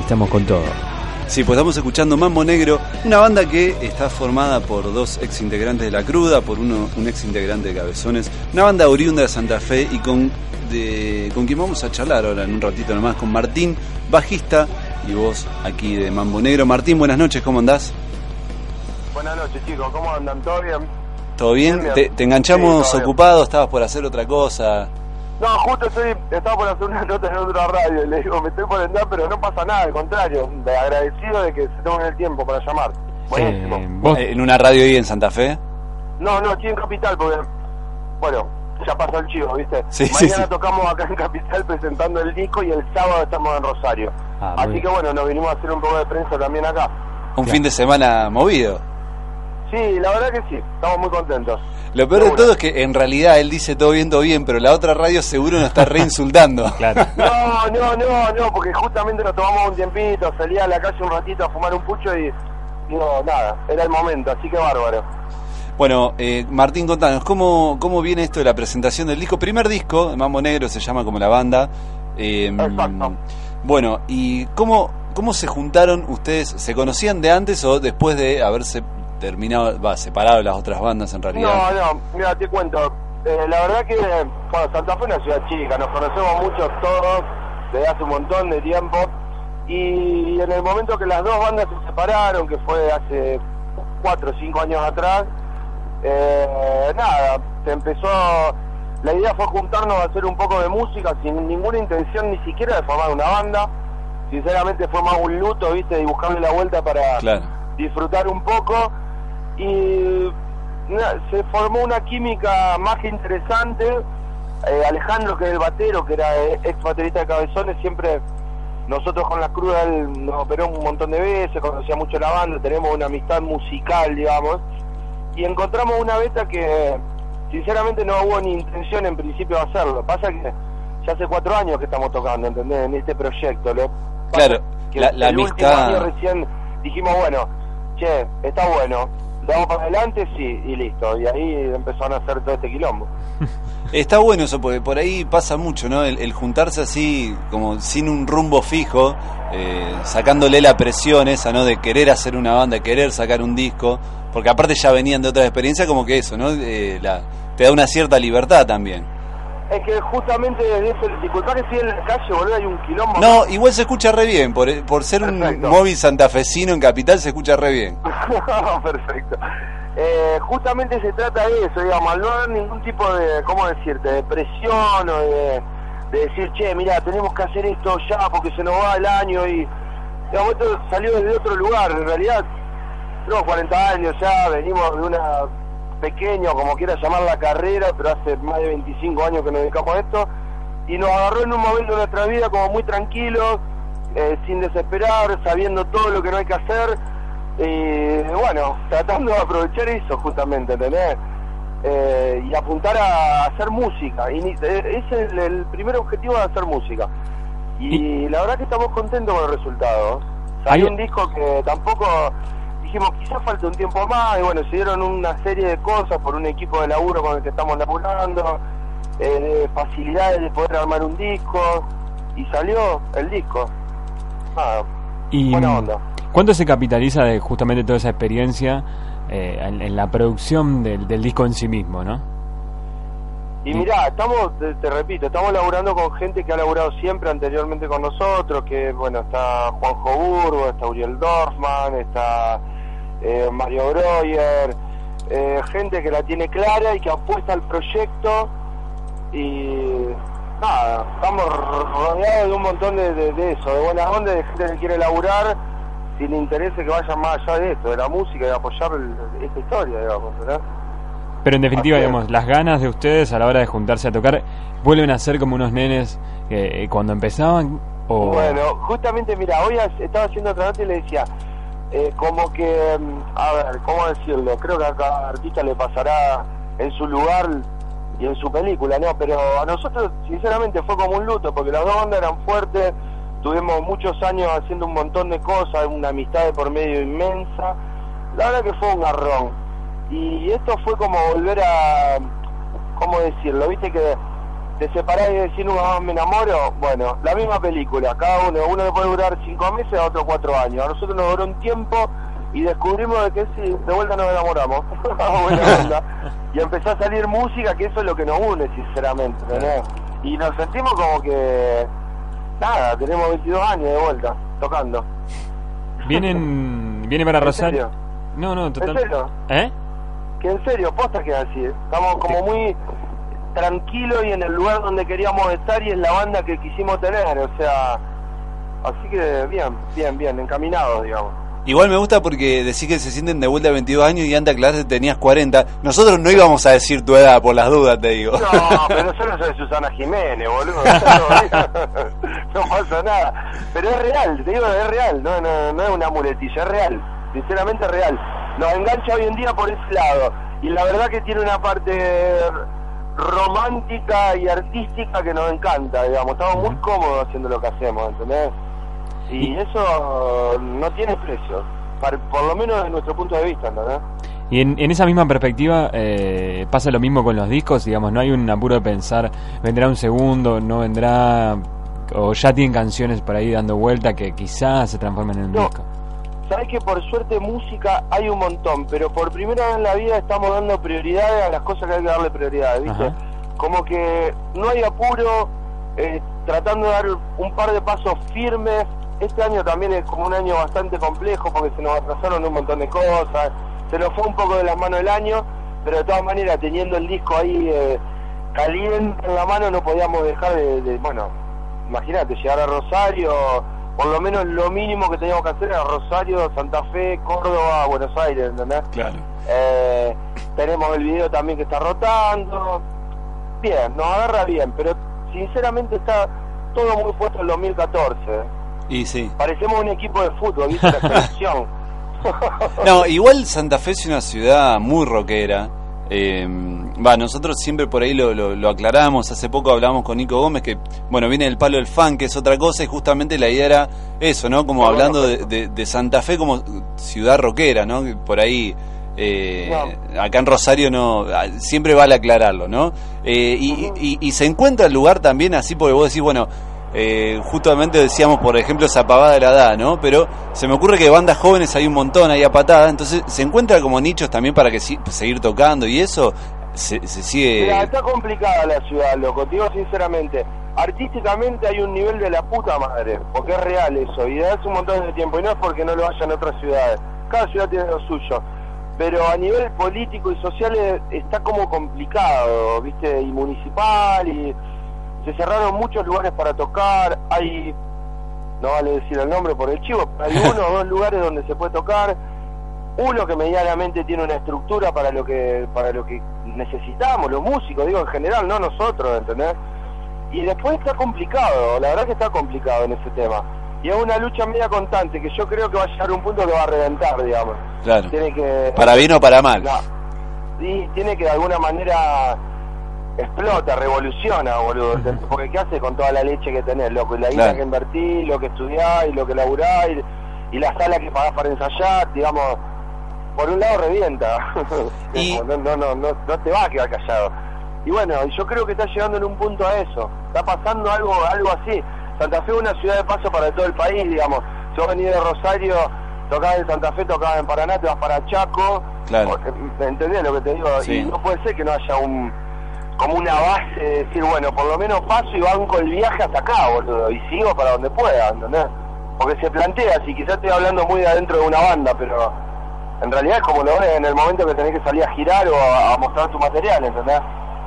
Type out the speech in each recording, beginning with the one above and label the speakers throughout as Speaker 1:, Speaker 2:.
Speaker 1: estamos con todo.
Speaker 2: Sí, pues estamos escuchando Mambo Negro, una banda que está formada por dos ex integrantes de La Cruda, por un ex integrante de Cabezones, una banda oriunda de Santa Fe y con quien vamos a charlar ahora en un ratito nomás, con Martín, bajista, y vos aquí de Mambo Negro. Martín, buenas noches, ¿cómo andás?
Speaker 3: Buenas noches, chicos, ¿cómo andan? ¿Todo bien?
Speaker 2: ¿Todo bien? ¿Te enganchamos sí, ocupado? ¿Estabas por hacer otra cosa?
Speaker 3: No, justo estaba por hacer una nota en otra radio y le digo, me estoy por entrar, pero no pasa nada, al contrario, agradecido de que se tomen el tiempo para llamar. Buenísimo.
Speaker 2: ¿Vos en una radio ahí en Santa Fe?
Speaker 3: No, aquí en Capital, porque, bueno, ya pasó el chivo, ¿viste?
Speaker 2: Sí,
Speaker 3: Mañana
Speaker 2: sí.
Speaker 3: tocamos acá en Capital presentando el disco y el sábado estamos en Rosario. Así que bueno, nos vinimos a hacer un poco de prensa también acá.
Speaker 2: Un fin de semana movido.
Speaker 3: Sí, la verdad que sí, estamos muy contentos.
Speaker 2: Lo peor de todo es que en realidad él dice todo bien, pero la otra radio seguro nos está reinsultando.
Speaker 1: Claro.
Speaker 3: No, porque justamente nos tomamos un tiempito, salía a la calle un ratito a fumar un pucho y no, nada, era el momento, así que bárbaro.
Speaker 2: Bueno, Martín, contanos, ¿cómo viene esto de la presentación del disco? Primer disco, Mambo Negro se llama como la banda.
Speaker 3: Exacto.
Speaker 2: Bueno, ¿y cómo se juntaron ustedes? ¿Se conocían de antes o después de haberse separado las otras bandas en realidad?
Speaker 3: No, mira, te cuento. La verdad que, bueno, Santa Fe es una ciudad chica, nos conocemos muchos todos desde hace un montón de tiempo. Y en el momento que las dos bandas se separaron, que fue hace 4 o 5 años atrás, nada, la idea fue juntarnos a hacer un poco de música sin ninguna intención ni siquiera de formar una banda. Sinceramente fue más un luto, viste, y buscarle la vuelta para disfrutar un poco. Y se formó una química más que interesante. Alejandro, que es el batero, que era ex baterista de Cabezones, siempre nosotros con La Cruda él nos operó un montón de veces, conocía mucho la banda, tenemos una amistad musical, digamos, y encontramos una beta que sinceramente no hubo ni intención en principio de hacerlo. Pasa que ya hace 4 años que estamos tocando, ¿entendés? En este proyecto.
Speaker 2: Claro,
Speaker 3: que
Speaker 2: la
Speaker 3: el
Speaker 2: amistad.
Speaker 3: último año recién dijimos, bueno, che, está bueno, le vamos para adelante, sí, y listo. Y ahí empezaron a hacer todo este quilombo.
Speaker 2: Está bueno eso, porque por ahí pasa mucho, ¿no? El juntarse así, como sin un rumbo fijo, sacándole la presión esa, ¿no? De querer hacer una banda, querer sacar un disco, porque aparte ya venían de otras experiencias, como que eso, ¿no? Te da una cierta libertad también.
Speaker 3: Es que justamente desde eso, disculpá que estoy en la calle, boludo, hay un quilombo.
Speaker 2: No, igual se escucha re bien, por ser
Speaker 3: Perfecto.
Speaker 2: Un móvil santafesino en Capital se escucha re bien.
Speaker 3: Perfecto. Justamente se trata de eso, digamos, al no haber ningún tipo de, ¿cómo decirte?, de presión o de decir, che, mirá, tenemos que hacer esto ya porque se nos va el año y, digamos, esto salió desde otro lugar. En realidad, tenemos 40 años ya, venimos de una pequeña, como quieras llamar la carrera, pero hace más de 25 años que nos dedicamos a esto, y nos agarró en un momento de nuestra vida como muy tranquilos, sin desesperar, sabiendo todo lo que no hay que hacer, y bueno, tratando de aprovechar eso justamente, ¿entendés? Y apuntar a hacer música, y ese es el primer objetivo, de hacer música, y la verdad que estamos contentos con el resultado. Salió un disco que tampoco... Dijimos, quizás falta un tiempo más, y bueno, se dieron una serie de cosas por un equipo de laburo con el que estamos laburando, de facilidades de poder armar un disco, y salió el disco.
Speaker 1: Y
Speaker 3: buena onda.
Speaker 1: ¿Cuánto se capitaliza de justamente toda esa experiencia en la producción del disco en sí mismo, no?
Speaker 3: Y mirá, te repito, estamos laburando con gente que ha laburado siempre anteriormente con nosotros, que bueno, está Juanjo Burgo, está Uriel Dorfman, está Mario Breuer, gente que la tiene clara y que apuesta al proyecto, y nada, estamos rodeados de un montón de eso, de buena onda, de gente que quiere laburar sin interés que vaya más allá de esto, de la música, y de apoyar esta historia, digamos, ¿verdad?
Speaker 1: Pero en definitiva, digamos, las ganas de ustedes a la hora de juntarse a tocar vuelven a ser como unos nenes cuando empezaban, o...
Speaker 3: Bueno, justamente, mira, hoy estaba haciendo otra nota y le decía, como que, a ver, ¿cómo decirlo? Creo que a cada artista le pasará en su lugar y en su película, ¿no? Pero a nosotros, sinceramente, fue como un luto, porque las dos bandas eran fuertes, tuvimos muchos años haciendo un montón de cosas, una amistad de por medio inmensa. La verdad que fue un garrón. Y esto fue como volver a, ¿cómo decirlo? Viste que te separás y decís nunca más me enamoro. Bueno, la misma película, cada uno le puede durar 5 meses, a otro 4 años. A nosotros nos duró un tiempo y descubrimos de que sí, de vuelta nos enamoramos. Buena onda. Y empezó a salir música, que eso es lo que nos une, sinceramente, ¿no? Y nos sentimos como que, nada, tenemos 22 años de vuelta, tocando.
Speaker 1: ¿Viene para Rosario? No, total.
Speaker 3: ¿En serio? Que en serio, posta que así, estamos como muy tranquilos y en el lugar donde queríamos estar y en la banda que quisimos tener, o sea, así que bien, encaminados, digamos.
Speaker 2: Igual me gusta porque decís que se sienten de vuelta a 22 años y antes aclaraste que tenías 40. Nosotros no íbamos a decir tu edad por las dudas, te digo.
Speaker 3: No, pero nosotros soy Susana Jiménez, boludo. No pasa nada. Pero es real, te digo, es real. No es una muletilla, es real. Sinceramente es real. Nos engancha hoy en día por ese lado. Y la verdad que tiene una parte romántica y artística que nos encanta, digamos. Estamos muy cómodos haciendo lo que hacemos, ¿entendés? Y eso no tiene precio, por lo menos desde nuestro punto de vista, ¿no?
Speaker 1: Y en esa misma perspectiva pasa lo mismo con los discos, digamos, no hay un apuro de pensar, vendrá un segundo, no vendrá, o ya tienen canciones por ahí dando vuelta que quizás se transformen en un disco.
Speaker 3: Sabes que por suerte música hay un montón, pero por primera vez en la vida estamos dando prioridades a las cosas que hay que darle prioridades, ¿viste? Ajá. Como que no hay apuro, tratando de dar un par de pasos firmes. Este año también es como un año bastante complejo porque se nos atrasaron un montón de cosas, se nos fue un poco de las manos el año, pero de todas maneras teniendo el disco ahí caliente en la mano no podíamos dejar bueno, imagínate, llegar a Rosario, por lo menos lo mínimo que teníamos que hacer era Rosario, Santa Fe, Córdoba, Buenos Aires, ¿entendés?
Speaker 2: Claro.
Speaker 3: Tenemos el video también que está rotando, bien, nos agarra bien, pero sinceramente está todo muy puesto en 2014,
Speaker 2: Y sí.
Speaker 3: Parecemos un equipo de fútbol, ¿viste? La selección.
Speaker 2: No, igual Santa Fe es una ciudad muy rockera. Nosotros siempre por ahí lo aclaramos. Hace poco hablábamos con Nico Gómez que, bueno, viene del palo del funk, que es otra cosa, y justamente la idea era eso, ¿no? Como hablando de Santa Fe como ciudad rockera, ¿no? Por ahí, acá en Rosario no, siempre vale aclararlo, ¿no? Y se encuentra el lugar también así, porque vos decís, bueno, justamente decíamos, por ejemplo, esa pavada de la edad, ¿no? Pero se me ocurre que de bandas jóvenes hay un montón ahí a patada, entonces se encuentra como nichos también para que seguir tocando y eso se sigue.
Speaker 3: Mira, está complicada la ciudad, loco, te digo sinceramente. Artísticamente hay un nivel de la puta madre, porque es real eso, y de hace un montón de tiempo, y no es porque no lo haya en otras ciudades, cada ciudad tiene lo suyo, pero a nivel político y social está como complicado, ¿viste? Y municipal, y se cerraron muchos lugares para tocar, hay, no vale decir el nombre por el chivo, pero hay 1 o 2 lugares donde se puede tocar, uno que medianamente tiene una estructura para lo que necesitamos, los músicos, digo en general, no nosotros, ¿entendés? Y después está complicado, la verdad que está complicado en ese tema, y es una lucha media constante que yo creo que va a llegar a un punto que va a reventar, digamos.
Speaker 2: Claro,
Speaker 3: tiene que,
Speaker 2: para bien o para mal.
Speaker 3: Y tiene que de alguna manera explota, revoluciona, boludo, porque ¿qué hace con toda la leche que tenés, loco? Y la guita que invertís, lo que estudiás, y lo que laburás, y la sala que pagás para ensayar, digamos, por un lado revienta, y no te vas a quedar callado. Y bueno, yo creo que está llegando en un punto a eso, está pasando algo así. Santa Fe es una ciudad de paso para todo el país, digamos. Si vos venís de Rosario, tocabas en Santa Fe, tocabas en Paraná, te vas para Chaco,
Speaker 2: claro.
Speaker 3: ¿Entendés lo que te digo?
Speaker 2: Sí.
Speaker 3: Y no puede ser que no haya como una base de decir, bueno, por lo menos paso y banco el viaje hasta acá, boludo, y sigo para donde pueda, ¿entendés? Porque se plantea, si quizás estoy hablando muy de adentro de una banda, pero en realidad es como lo ves en el momento que tenés que salir a girar o a mostrar tu material, ¿entendés?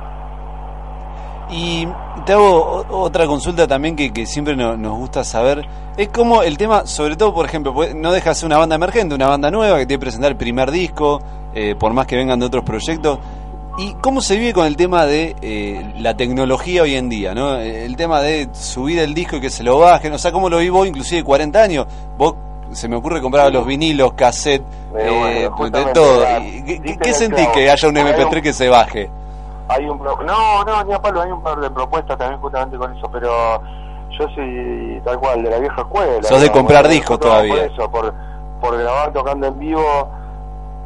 Speaker 2: Y te hago otra consulta también que siempre nos gusta saber, es como el tema, sobre todo, por ejemplo, no deja de ser una banda emergente, una banda nueva que tiene que presentar el primer disco, por más que vengan de otros proyectos. ¿Y cómo se vive con el tema de la tecnología hoy en día, ¿no? El tema de subir el disco y que se lo bajen, o sea, ¿cómo lo vivo inclusive 40 años? Vos, se me ocurre comprar los vinilos, cassette, de todo. ¿Qué sentís que haya un MP3 que se baje?
Speaker 3: Hay no, ni a palo, hay un par de propuestas también justamente con eso, pero yo soy tal cual, de la vieja escuela.
Speaker 2: Sos de comprar discos todavía.
Speaker 3: Por eso, por grabar tocando en vivo.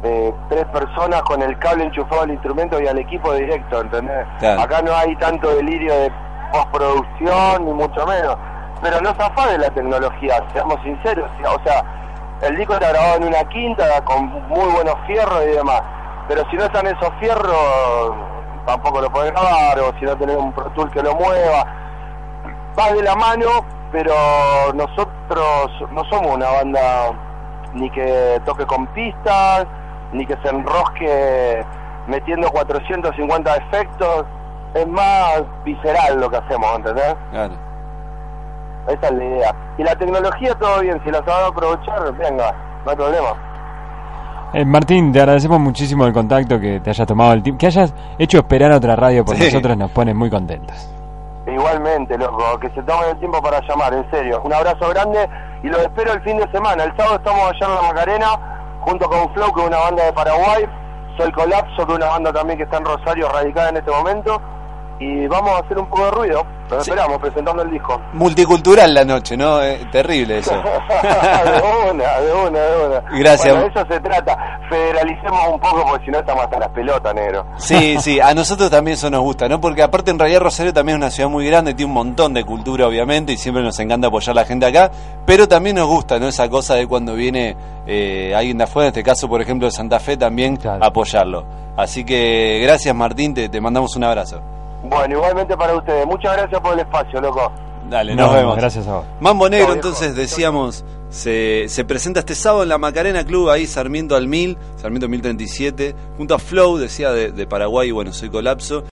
Speaker 3: 3 personas con el cable enchufado al instrumento y al equipo directo, ¿entendés?
Speaker 2: Claro.
Speaker 3: Acá no hay tanto delirio de postproducción, ni mucho menos. Pero no se afane la tecnología, seamos sinceros. O sea, el disco está grabado en una quinta, con muy buenos fierros y demás. Pero si no están esos fierros, tampoco lo podés grabar, o si no tenés un Pro Tool que lo mueva. Va de la mano, pero nosotros no somos una banda ni que toque con pistas, ni que se enrosque metiendo 450 efectos. Es más visceral lo que hacemos, ¿entendés?
Speaker 2: Claro.
Speaker 3: Esa es la idea. Y la tecnología, todo bien, si la sabes aprovechar, venga, no hay problema.
Speaker 1: Martín, te agradecemos muchísimo el contacto, que te hayas tomado el tiempo, que hayas hecho esperar a otra radio por nosotros, nos pone muy contentos.
Speaker 3: Igualmente, loco, que se tomen el tiempo para llamar, en serio. Un abrazo grande y los espero el fin de semana. El sábado estamos allá en La Macarena, junto con Flow, que es una banda de Paraguay. Soy Colapso, que es una banda también que está en Rosario, radicada en este momento. Y vamos a hacer un poco de ruido. Nos esperamos presentando el disco.
Speaker 2: Multicultural la noche, ¿no? Terrible eso.
Speaker 3: de una.
Speaker 2: Gracias.
Speaker 3: Bueno, de eso se trata. Federalicemos un poco, porque si no estamos hasta las pelotas, negro.
Speaker 2: Sí, a nosotros también eso nos gusta, ¿no? Porque aparte en realidad Rosario también es una ciudad muy grande, tiene un montón de cultura, obviamente, y siempre nos encanta apoyar a la gente acá, pero también nos gusta, ¿no? Esa cosa de cuando viene alguien de afuera, en este caso, por ejemplo, de Santa Fe, también claro, apoyarlo. Así que gracias, Martín, te mandamos un abrazo.
Speaker 3: Bueno, igualmente para ustedes. Muchas gracias por el espacio, loco.
Speaker 2: Dale, nos vemos.
Speaker 1: Gracias a vos.
Speaker 2: Mambo Negro, entonces, decíamos, se presenta este sábado en la Macarena Club, ahí Sarmiento al 1000, Sarmiento 1037, junto a Flow, decía, de Paraguay, y bueno, Soy Colapso.